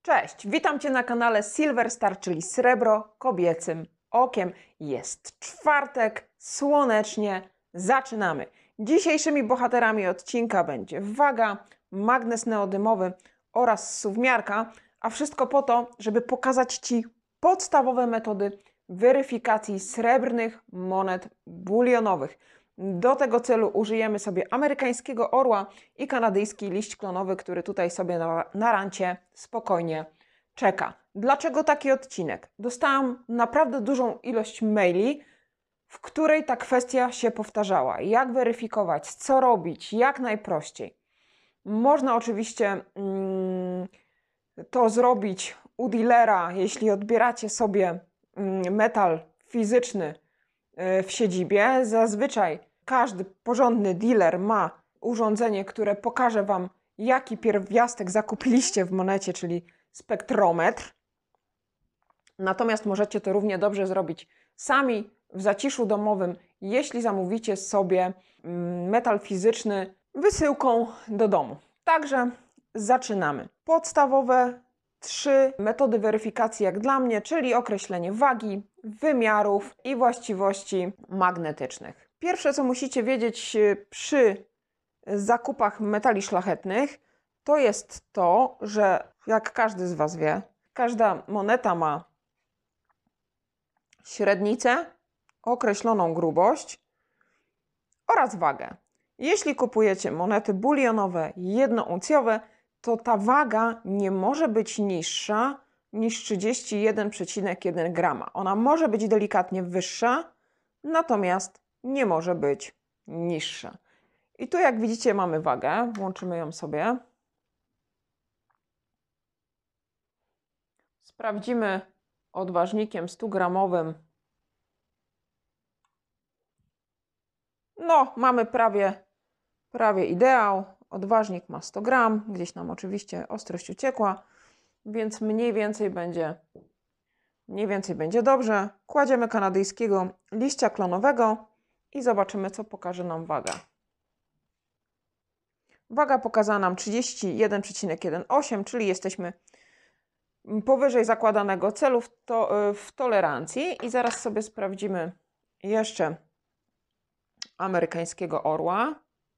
Cześć, witam Cię na kanale Silver Star, czyli Srebro Kobiecym Okiem. Jest czwartek, słonecznie, zaczynamy. Dzisiejszymi bohaterami odcinka będzie waga, magnes neodymowy oraz suwmiarka, a wszystko po to, żeby pokazać Ci podstawowe metody weryfikacji srebrnych monet bulionowych. Do tego celu użyjemy sobie amerykańskiego orła i kanadyjski liść klonowy, który tutaj sobie na rancie spokojnie czeka. Dlaczego taki odcinek? Dostałam naprawdę dużą ilość maili, w której ta kwestia się powtarzała. Jak weryfikować, co robić, jak najprościej. Można oczywiście to zrobić u dealera, jeśli odbieracie sobie metal fizyczny w siedzibie. Zazwyczaj każdy porządny dealer ma urządzenie, które pokaże Wam, jaki pierwiastek zakupiliście w monecie, czyli spektrometr. Natomiast możecie to równie dobrze zrobić sami w zaciszu domowym, jeśli zamówicie sobie metal fizyczny wysyłką do domu. Także zaczynamy. Podstawowe 3 metody weryfikacji jak dla mnie, czyli określenie wagi, wymiarów i właściwości magnetycznych. Pierwsze, co musicie wiedzieć przy zakupach metali szlachetnych, to jest to, że jak każdy z Was wie, każda moneta ma średnicę, określoną grubość oraz wagę. Jeśli kupujecie monety bulionowe jednouncjowe, to ta waga nie może być niższa niż 31,1 grama. Ona może być delikatnie wyższa, natomiast nie może być niższa. I tu jak widzicie mamy wagę, włączymy ją sobie. Sprawdzimy odważnikiem 100-gramowym. No, mamy prawie ideał. Odważnik ma 100 gram, gdzieś nam oczywiście ostrość uciekła, więc mniej więcej będzie dobrze. Kładziemy kanadyjskiego liścia klonowego i zobaczymy, co pokaże nam waga. Waga pokazała nam 31,18, czyli jesteśmy powyżej zakładanego celu w tolerancji. I zaraz sobie sprawdzimy jeszcze amerykańskiego orła.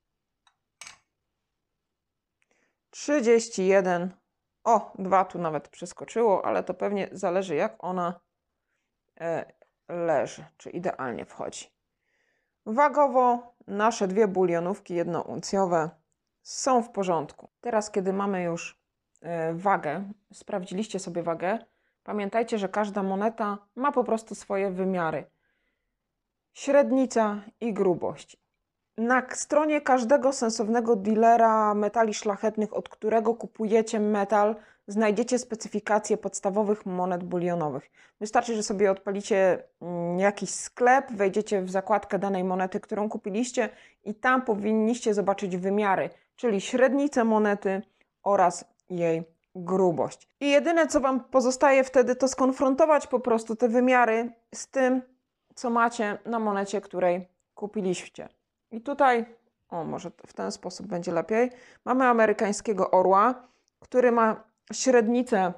31, 2 tu nawet przeskoczyło, ale to pewnie zależy, jak ona leży, czy idealnie wchodzi. Wagowo nasze 2 bulionówki jednouncjowe są w porządku. Teraz, kiedy mamy już wagę, sprawdziliście sobie wagę, pamiętajcie, że każda moneta ma po prostu swoje wymiary. Średnica i grubość. Na stronie każdego sensownego dealera metali szlachetnych, od którego kupujecie metal, znajdziecie specyfikacje podstawowych monet bulionowych. Wystarczy, że sobie odpalicie jakiś sklep, wejdziecie w zakładkę danej monety, którą kupiliście i tam powinniście zobaczyć wymiary, czyli średnicę monety oraz jej grubość. I jedyne, co Wam pozostaje wtedy, to skonfrontować po prostu te wymiary z tym, co macie na monecie, której kupiliście. I tutaj, może w ten sposób będzie lepiej, mamy amerykańskiego orła, który ma średnicę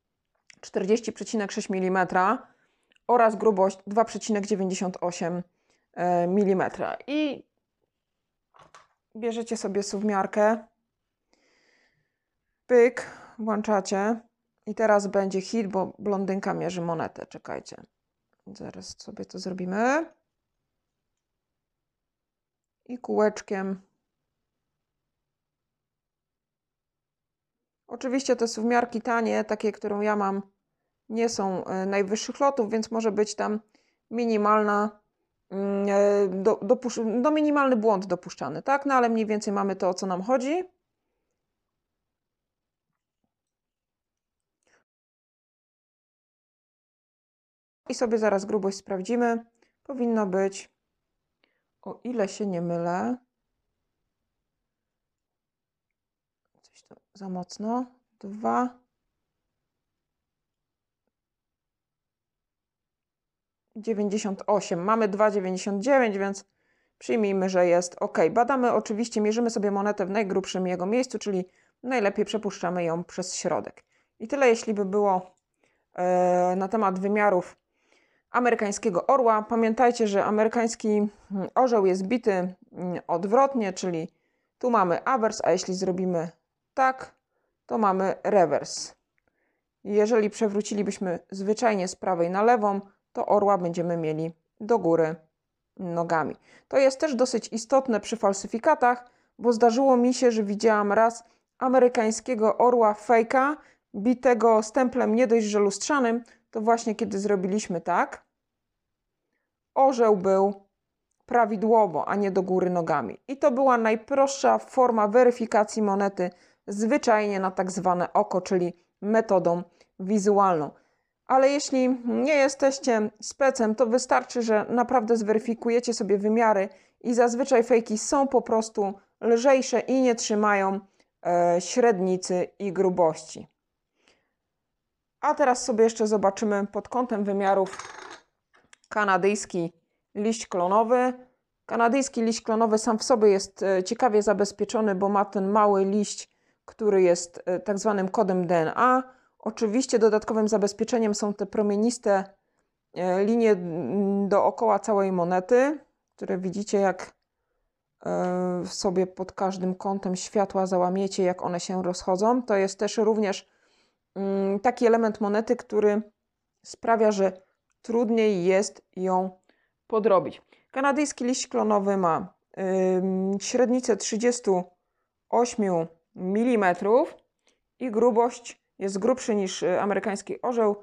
40,6 mm oraz grubość 2,98 mm. I bierzecie sobie suwmiarkę, pyk, włączacie i teraz będzie hit, bo blondynka mierzy monetę. Czekajcie, zaraz sobie to zrobimy. I kółeczkiem. Oczywiście te suwmiarki tanie, takie, którą ja mam, nie są najwyższych lotów, więc może być tam minimalna, minimalny błąd dopuszczany, tak? No ale mniej więcej mamy to, o co nam chodzi. I sobie zaraz grubość sprawdzimy. Powinno być, o ile się nie mylę, coś to za mocno, 2,98. Mamy 2,99, więc przyjmijmy, że jest ok. Badamy oczywiście, mierzymy sobie monetę w najgrubszym jego miejscu, czyli najlepiej przepuszczamy ją przez środek. I tyle, jeśli by było na temat wymiarów amerykańskiego orła. Pamiętajcie, że amerykański orzeł jest bity odwrotnie, czyli tu mamy awers, a jeśli zrobimy tak, to mamy rewers. Jeżeli przewrócilibyśmy zwyczajnie z prawej na lewą, to orła będziemy mieli do góry nogami. To jest też dosyć istotne przy falsyfikatach, bo zdarzyło mi się, że widziałam raz amerykańskiego orła fejka, bitego stemplem nie dość, że lustrzanym, to właśnie kiedy zrobiliśmy tak, orzeł był prawidłowo, a nie do góry nogami. I to była najprostsza forma weryfikacji monety, zwyczajnie na tak zwane oko, czyli metodą wizualną. Ale jeśli nie jesteście specem, to wystarczy, że naprawdę zweryfikujecie sobie wymiary i zazwyczaj fejki są po prostu lżejsze i nie trzymają średnicy i grubości. A teraz sobie jeszcze zobaczymy pod kątem wymiarów kanadyjski liść klonowy. Kanadyjski liść klonowy sam w sobie jest ciekawie zabezpieczony, bo ma ten mały liść, który jest tak zwanym kodem DNA. Oczywiście dodatkowym zabezpieczeniem są te promieniste linie dookoła całej monety, które widzicie, jak sobie pod każdym kątem światła załamiecie, jak one się rozchodzą. To jest też również taki element monety, który sprawia, że trudniej jest ją podrobić. Kanadyjski liść klonowy ma średnicę 38 mm i grubość jest grubszy niż amerykański orzeł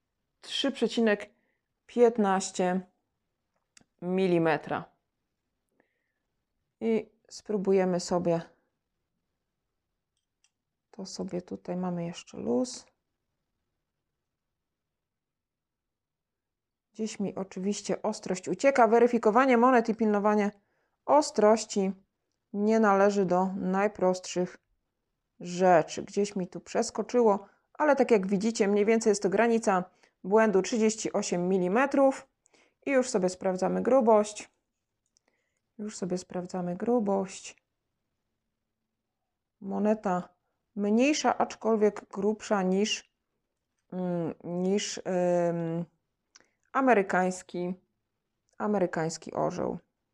3,15 mm. I spróbujemy sobie, to sobie tutaj mamy jeszcze luz. Gdzieś mi oczywiście ostrość ucieka. Weryfikowanie monet i pilnowanie ostrości nie należy do najprostszych rzeczy. Gdzieś mi tu przeskoczyło, ale tak jak widzicie, mniej więcej jest to granica błędu 38 mm. I już sobie sprawdzamy grubość. Moneta mniejsza, aczkolwiek grubsza niż amerykański orzeł.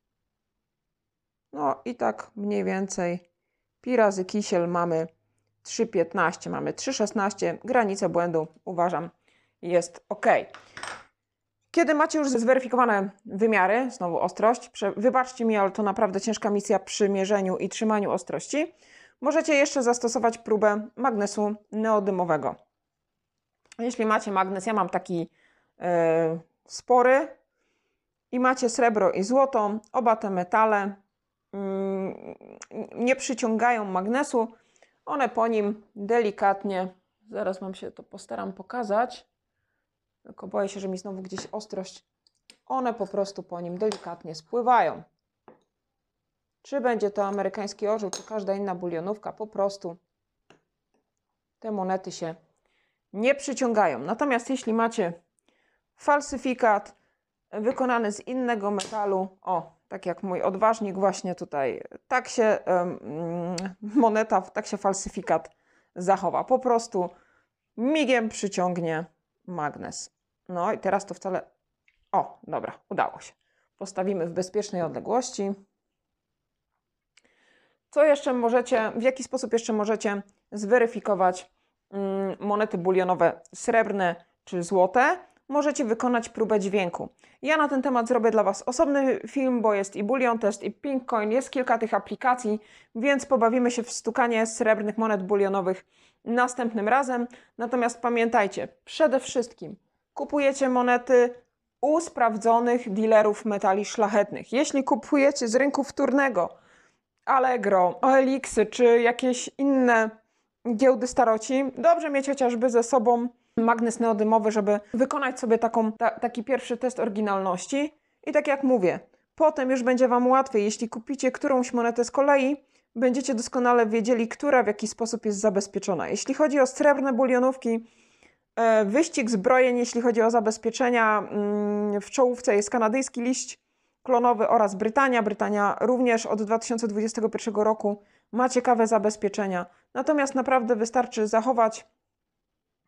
No i tak mniej więcej pi razy kisiel mamy 3,15, mamy 3,16. Granica błędu, uważam, jest ok. Kiedy macie już zweryfikowane wymiary, znowu ostrość, wybaczcie mi, ale to naprawdę ciężka misja przy mierzeniu i trzymaniu ostrości, możecie jeszcze zastosować próbę magnesu neodymowego. Jeśli macie magnes, ja mam taki spory i macie srebro i złoto, oba te metale nie przyciągają magnesu, one po nim delikatnie, zaraz wam się to postaram pokazać, tylko boję się, że mi znowu gdzieś ostrość, one po prostu po nim delikatnie spływają. Czy będzie to amerykański orzeł, czy każda inna bulionówka, po prostu te monety się nie przyciągają. Natomiast jeśli macie falsyfikat wykonany z innego metalu, tak jak mój odważnik właśnie tutaj, tak się moneta, tak się falsyfikat zachowa. Po prostu migiem przyciągnie magnes. No i teraz to wcale... dobra, udało się. Postawimy w bezpiecznej odległości. Co jeszcze możecie, w jaki sposób jeszcze możecie zweryfikować monety bulionowe srebrne czy złote? Możecie wykonać próbę dźwięku. Ja na ten temat zrobię dla Was osobny film, bo jest i Bullion Test, i PinkCoin, jest kilka tych aplikacji, więc pobawimy się w stukanie srebrnych monet bulionowych następnym razem. Natomiast pamiętajcie, przede wszystkim kupujecie monety u sprawdzonych dealerów metali szlachetnych. Jeśli kupujecie z rynku wtórnego, Allegro, OLX-y czy jakieś inne giełdy staroci, dobrze mieć chociażby ze sobą magnes neodymowy, żeby wykonać sobie taki pierwszy test oryginalności. I tak jak mówię, potem już będzie Wam łatwiej. Jeśli kupicie którąś monetę z kolei, będziecie doskonale wiedzieli, która w jaki sposób jest zabezpieczona. Jeśli chodzi o srebrne bulionówki, wyścig zbrojeń, jeśli chodzi o zabezpieczenia, w czołówce jest kanadyjski liść klonowy oraz Brytania. Brytania również od 2021 roku ma ciekawe zabezpieczenia. Natomiast naprawdę wystarczy zachować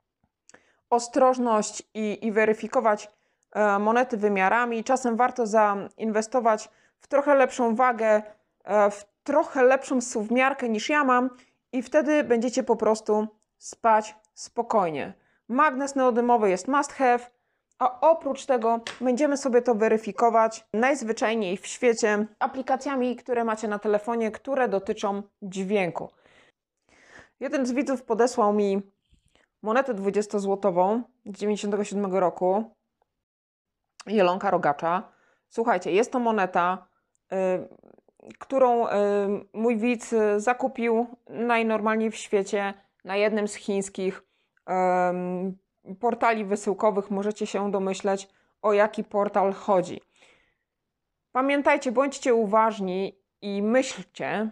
ostrożność i weryfikować monety wymiarami. Czasem warto zainwestować w trochę lepszą wagę, w trochę lepszą suwmiarkę niż ja mam i wtedy będziecie po prostu spać spokojnie. Magnes neodymowy jest must have, a oprócz tego będziemy sobie to weryfikować najzwyczajniej w świecie aplikacjami, które macie na telefonie, które dotyczą dźwięku. Jeden z widzów podesłał mi monetę 20-złotową z 97 roku, Jelonka Rogacza. Słuchajcie, jest to moneta, którą mój widz zakupił najnormalniej w świecie na jednym z chińskich portali wysyłkowych. Możecie się domyśleć, o jaki portal chodzi. Pamiętajcie, bądźcie uważni i myślcie,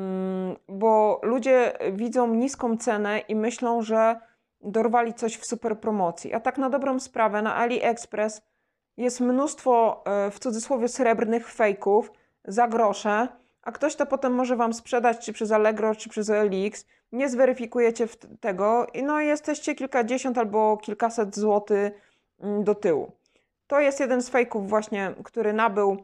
bo ludzie widzą niską cenę i myślą, że dorwali coś w super promocji. A tak na dobrą sprawę na AliExpress jest mnóstwo, w cudzysłowie, srebrnych fejków za grosze, a ktoś to potem może Wam sprzedać czy przez Allegro, czy przez OLX. Nie zweryfikujecie tego i no jesteście kilkadziesiąt albo kilkaset złotych do tyłu. To jest jeden z fejków właśnie, który nabył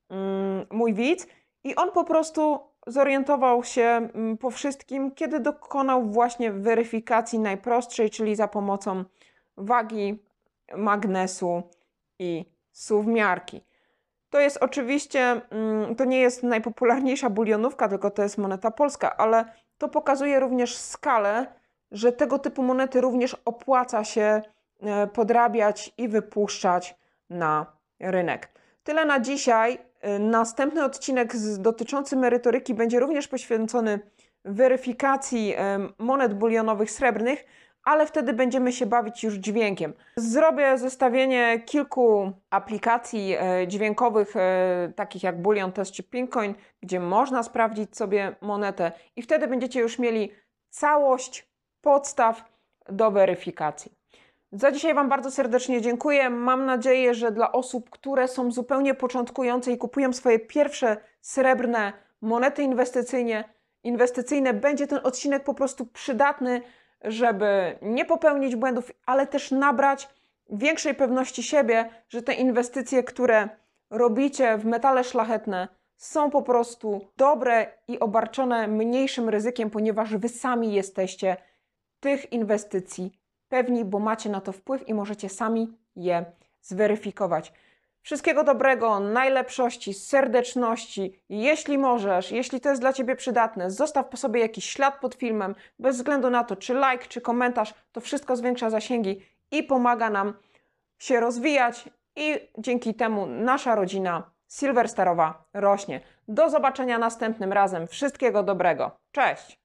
mój widz i on po prostu zorientował się po wszystkim, kiedy dokonał właśnie weryfikacji najprostszej, czyli za pomocą wagi, magnesu i suwmiarki. To jest oczywiście, to nie jest najpopularniejsza bulionówka, tylko to jest moneta polska, ale to pokazuje również skalę, że tego typu monety również opłaca się podrabiać i wypuszczać na rynek. Tyle na dzisiaj. Następny odcinek dotyczący merytoryki będzie również poświęcony weryfikacji monet bulionowych srebrnych, ale wtedy będziemy się bawić już dźwiękiem. Zrobię zestawienie kilku aplikacji dźwiękowych, takich jak Bullion Test czy Pincoin, gdzie można sprawdzić sobie monetę i wtedy będziecie już mieli całość podstaw do weryfikacji. Za dzisiaj Wam bardzo serdecznie dziękuję. Mam nadzieję, że dla osób, które są zupełnie początkujące i kupują swoje pierwsze srebrne monety inwestycyjne, będzie ten odcinek po prostu przydatny, żeby nie popełnić błędów, ale też nabrać większej pewności siebie, że te inwestycje, które robicie w metale szlachetne, są po prostu dobre i obarczone mniejszym ryzykiem, ponieważ Wy sami jesteście tych inwestycji pewni, bo macie na to wpływ i możecie sami je zweryfikować. Wszystkiego dobrego, najlepszości, serdeczności. Jeśli możesz, jeśli to jest dla Ciebie przydatne, zostaw po sobie jakiś ślad pod filmem, bez względu na to, czy like, czy komentarz, to wszystko zwiększa zasięgi i pomaga nam się rozwijać i dzięki temu nasza rodzina Silverstarowa rośnie. Do zobaczenia następnym razem. Wszystkiego dobrego. Cześć!